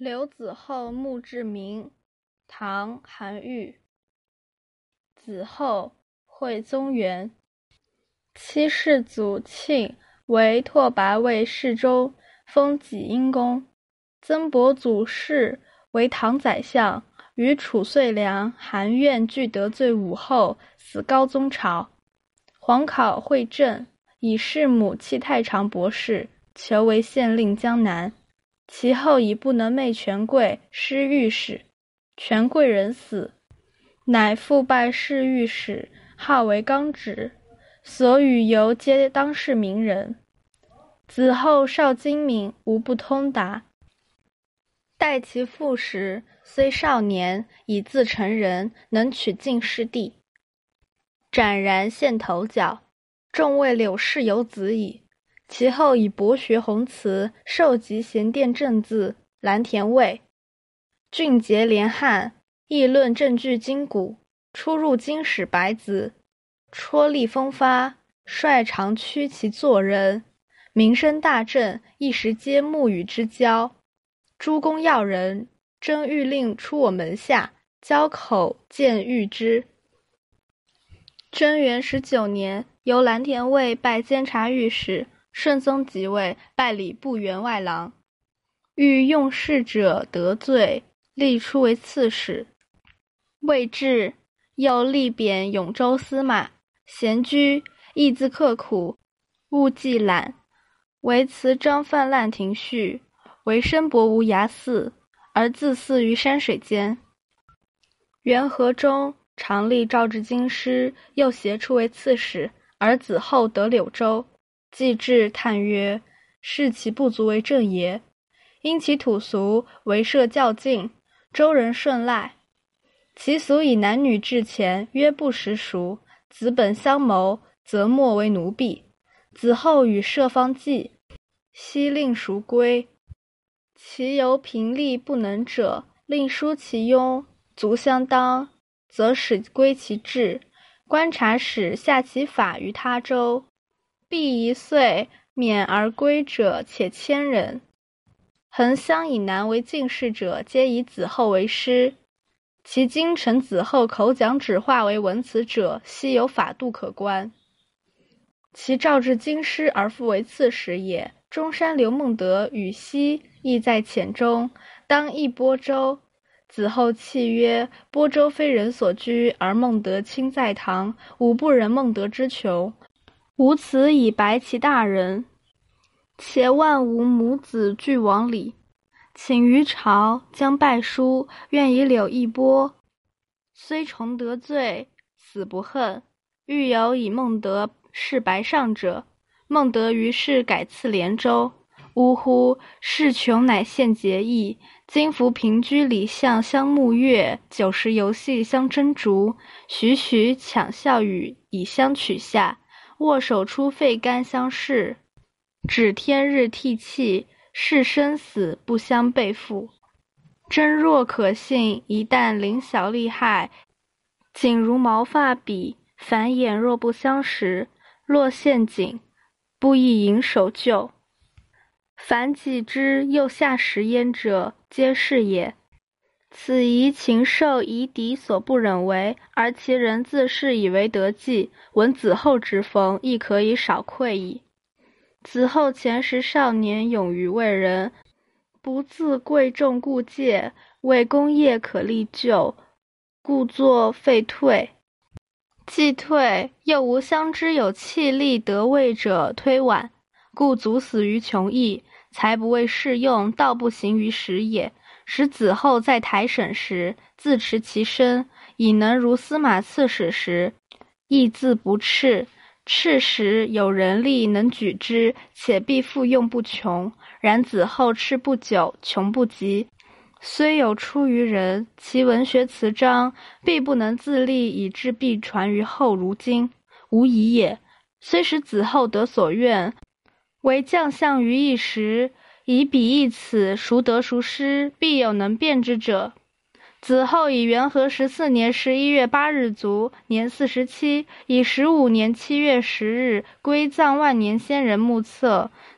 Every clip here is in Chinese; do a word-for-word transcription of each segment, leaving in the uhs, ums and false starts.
刘子厚墓志铭，唐·韩愈。子厚，徽宗元。七世祖庆为拓跋魏世宗，封己阴公。曾伯祖世为唐宰相，与褚遂良、韩苑俱得罪武后，死高宗朝。皇考惠政，以弑母弃太常博士，求为县令江南。其后以不能寐权贵，失御史。权贵人死，乃复拜侍御史，号为纲直。所与游皆当世名人。子厚少精明，无不通达。待其父时，虽少年，已自成人，能取进士第。斩然献头角，众谓柳氏有子矣。其后以博学宏词，授集贤殿正字，蓝田卫。俊杰连汉，议论政据今古，出入经史百子，戳力风发，率长驱其作人，名声大振，一时皆慕与之交。诸公要人，征欲令出我门下，交口见遇之。贞元十九年，由蓝田卫拜监察御史，顺宗即位，拜礼部员外郎。遇用事者得罪，立出为刺史。未至，又立贬永州司马。闲居，意自刻苦，务伎懒，为辞章泛滥庭序，为申博无涯寺，而自祀于山水间。元和中，常历召至京师，又携出为刺史，而子厚得柳州。既至，叹曰：视其不足为政也。因其土俗，为社较近，周人顺赖。其俗以男女制前，约不食熟，子本相谋，则莫为奴婢。子厚与社方计，悉令赎归。其由贫力不能者，令疏其庸，足相当，则使归其志。观察使下其法于他州，必一岁免而归者且千人。恒乡以南为进士者，皆以子厚为师。其今臣子厚口讲指画为文辞者，悉有法度可观。其召至京师而复为刺史也。中山刘孟德与西亦在浅中，当议播州。子厚泣曰：播州非人所居，而孟德亲在堂，吾不忍孟德之穷，吾此以白其大人。且万无母子俱往里，请于朝，将拜书，愿以柳一波。虽重得罪，死不恨。欲有以孟德弑白上者，孟德于是改赐连州。呜呼！士穷乃献节义，今服平居礼相相慕悦，酒食游戏相争逐，许许抢笑语以相取下，握手出肺肝相视，指天日替泣，视生死不相背负。真若可信，一旦临小利害，仅如毛发笔，凡眼若不相识，落陷阱，不亦引手救。凡己之又下食焉者，皆是也。此宜禽兽夷狄所不忍为，而其人自是以为得计，闻子厚之逢，亦可以少愧矣。子厚前时少年，勇于为人，不自贵重故戒，为功业可立就，故作废退。既退，又无相知有气力得位者推挽，故卒死于穷役，才不为世用，道不行于时也。使子厚在台审时，自持其身，以能如司马刺史时，亦自不斥。斥时有人力能举之，且必复用不穷。然子厚斥不久，穷不及。虽有出于人，其文学辞章，必不能自立以致必传于后如今，无疑也。虽使子厚得所愿，为将相于一时，以彼一此，孰得孰失，必有能辨之者。子厚以元和十四年十一月八日卒，年四十七，以十五年七月十日归葬万年仙人目册。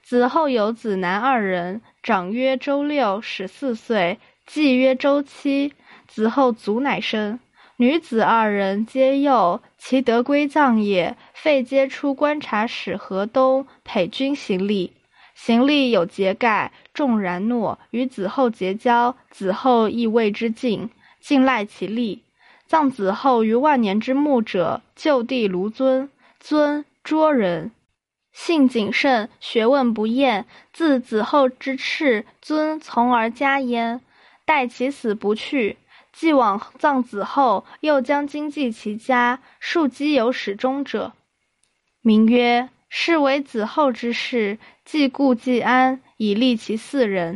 子后有子男二人，长曰周六，十四岁，季曰周七。子后卒乃生。女子二人皆幼，其得归葬也。废皆出观察使河东，陪君行礼。行礼有节盖，众然诺，与子后结交。子后亦谓之敬，敬赖其力。葬子后于万年之墓者，就地卢尊，尊涿人，性谨慎，学问不厌。自子后之敕，尊从而加焉。待其死不去，既往葬子后，又将经济其家，庶几有始终者，名曰是为子后之事，既故既安，以利其四人。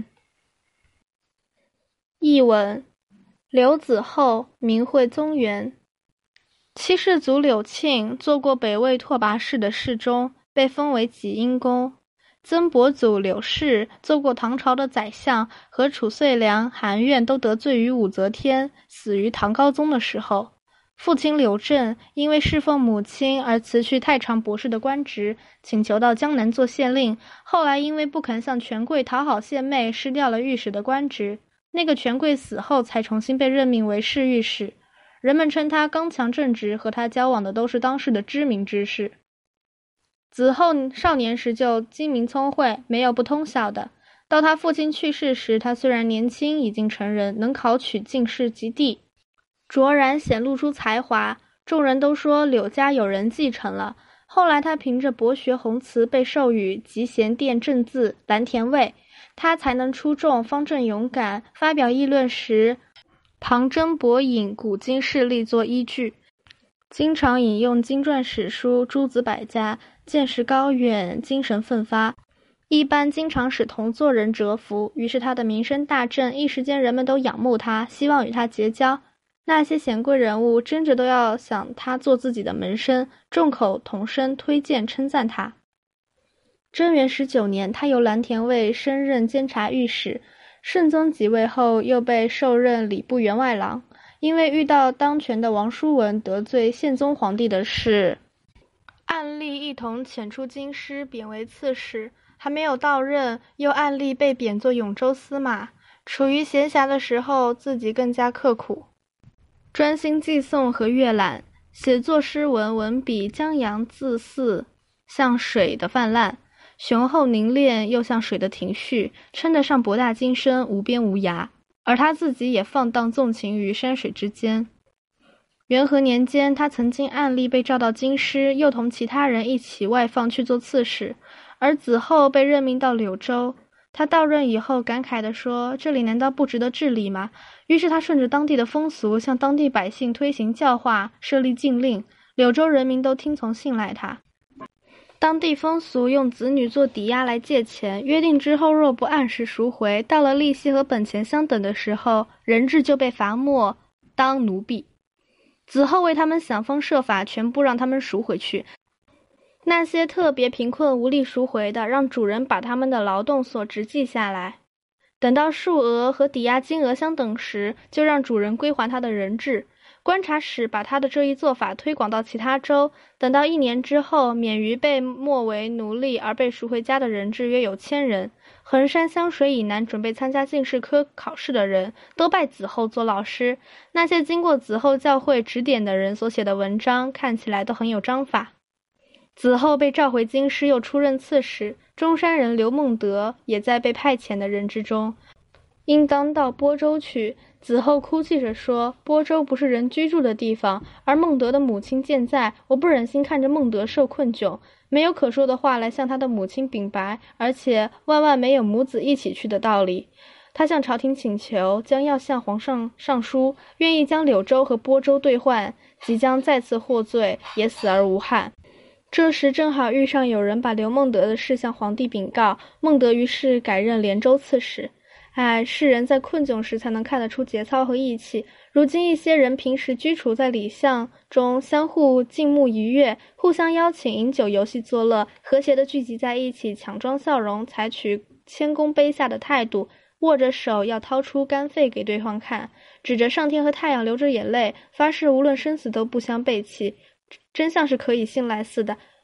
译文：刘子厚，名讳宗元，七世祖柳庆，做过北魏拓跋氏的侍中，被封为济阴公。曾伯祖柳氏做过唐朝的宰相，和褚遂良、韩愿都得罪于武则天，死于唐高宗的时候。父亲柳镇因为侍奉母亲而辞去太常博士的官职，请求到江南做县令，后来因为不肯向权贵讨好献媚，失掉了御史的官职。那个权贵死后才重新被任命为侍御史，人们称他刚强正直，和他交往的都是当时的知名之士。子后少年时就精明聪慧，没有不通晓的。到他父亲去世时，他虽然年轻，已经成人，能考取进士及第，卓然显露出才华。众人都说柳家有人继承了。后来他凭着博学宏词，被授予集贤殿正字蓝田尉。他才能出众，方正勇敢，发表议论时，旁征博引古今事例做依据，经常引用经传史书、诸子百家，见识高远，精神奋发，一般经常使同座人折服。于是他的名声大振，一时间人们都仰慕他，希望与他结交。那些显贵人物争着都要想他做自己的门生，众口同声推荐称赞他。贞元十九年，他由蓝田尉升任监察御史。圣宗即位后，又被授任礼部员外郎。因为遇到当权的王叔文得罪宪宗皇帝的事，按例一同遣出京师，贬为刺史。还没有到任，又按例被贬作永州司马。处于闲暇的时候，自己更加刻苦，专心记诵和阅览，写作诗文，文笔江洋自似，像水的泛滥，雄厚凝练，又像水的停蓄，称得上博大精深，无边无涯。而他自己也放荡纵情于山水之间。元和年间，他曾经按例被召到京师，又同其他人一起外放去做刺史。而子后被任命到柳州，他到任以后感慨地说，这里难道不值得治理吗？于是他顺着当地的风俗，向当地百姓推行教化，设立禁令，柳州人民都听从信赖他。当地风俗用子女做抵押来借钱，约定之后若不按时赎回，到了利息和本钱相等的时候，人质就被罚没当奴婢。子后为他们想方设法，全部让他们赎回去。那些特别贫困无力赎回的，让主人把他们的劳动所值记下来，等到数额和抵押金额相等时，就让主人归还他的人质。观察使把他的这一做法推广到其他州，等到一年之后，免于被没为奴隶而被赎回家的人质约有千人。衡山湘水以南准备参加进士科考试的人，都拜子后做老师。那些经过子后教诲指点的人所写的文章，看起来都很有章法。子后被召回京师，又出任刺史。中山人刘孟德也在被派遣的人之中，应当到播州去。子后哭泣着说，播州不是人居住的地方，而孟德的母亲健在，我不忍心看着孟德受困窘，没有可说的话来向他的母亲禀白，而且万万没有母子一起去的道理。他向朝廷请求，将要向皇上上书，愿意将柳州和播州兑换，即将再次获罪，也死而无憾。这时正好遇上有人把刘孟德的事向皇帝禀告，孟德于是改任连州刺史。哎，世人在困窘时才能看得出节操和义气，如今一些人平时居处在礼巷中，相互敬慕愉悦，互相邀请饮酒游戏作乐，和谐地聚集在一起，强装笑容，采取谦恭卑下的态度，握着手要掏出肝肺给对方看，指着上天和太阳流着眼泪，发誓无论生死都不相背弃，真像是可以信赖似的。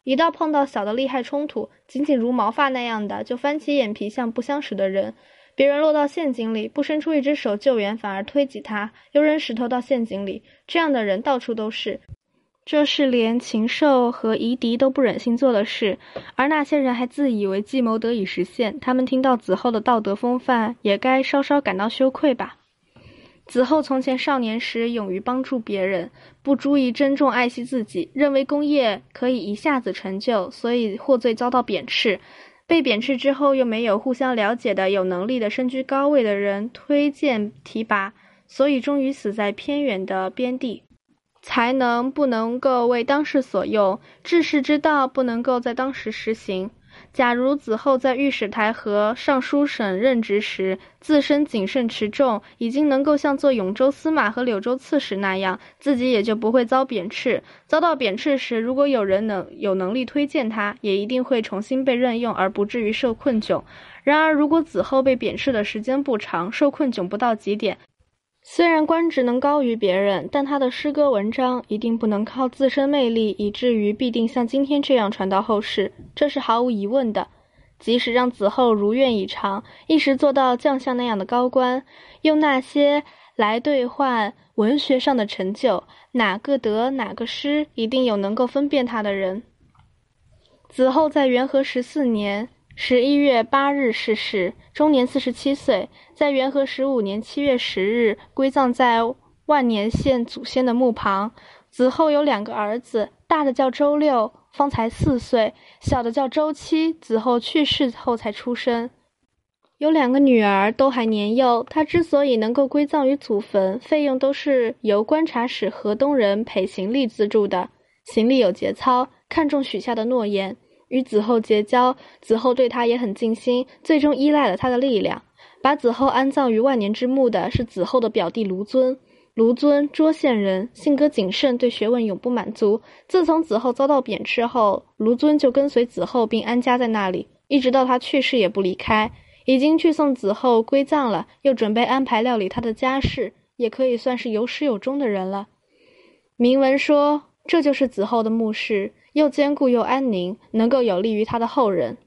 一到碰到小的利害冲突，仅仅如毛发那样的，就翻起眼皮向不相识的人。别人落到陷阱里，不伸出一只手救援，反而推挤他，又扔石头到陷阱里。这样的人到处都是。这是连禽兽和夷狄都不忍心做的事，而那些人还自以为计谋得以实现。他们听到子厚的道德风范，也该稍稍感到羞愧吧。子厚从前少年时勇于帮助别人，不注意珍重爱惜自己，认为功业可以一下子成就，所以获罪遭到贬斥。被贬斥之后又没有互相了解的有能力的身居高位的人推荐提拔，所以终于死在偏远的边地。才能不能够为当时所用，治世之道不能够在当时实行。假如子厚在御史台和尚书省任职时自身谨慎持重，已经能够像做永州司马和柳州刺史那样，自己也就不会遭贬斥。遭到贬斥时，如果有人能有能力推荐他，也一定会重新被任用，而不至于受困窘。然而如果子厚被贬斥的时间不长，受困窘不到极点，虽然官职能高于别人，但他的诗歌文章一定不能靠自身魅力，以至于必定像今天这样传到后世，这是毫无疑问的。即使让子厚如愿以偿，一时做到将相那样的高官，用那些来兑换文学上的成就，哪个得哪个失，一定有能够分辨他的人。子厚在元和十四年十一月八日逝世，终年四十七岁。在元和十五年七月十日归葬在万年县祖先的墓旁。子厚有两个儿子，大的叫周六，方才四岁；小的叫周七，子厚去世后才出生。有两个女儿，都还年幼。他之所以能够归葬于祖坟，费用都是由观察使河东人裴行立资助的。行立有节操，看重许下的诺言。与子厚结交，子厚对他也很尽心，最终依赖了他的力量。把子厚安葬于万年之墓的是子厚的表弟卢尊。卢尊涿县人，性格谨慎，对学问永不满足。自从子厚遭到贬斥后，卢尊就跟随子厚并安家在那里，一直到他去世也不离开。已经去送子厚归葬了，又准备安排料理他的家事，也可以算是有始有终的人了。铭文说，这就是子厚的墓室，又坚固又安宁，能够有利于他的后人。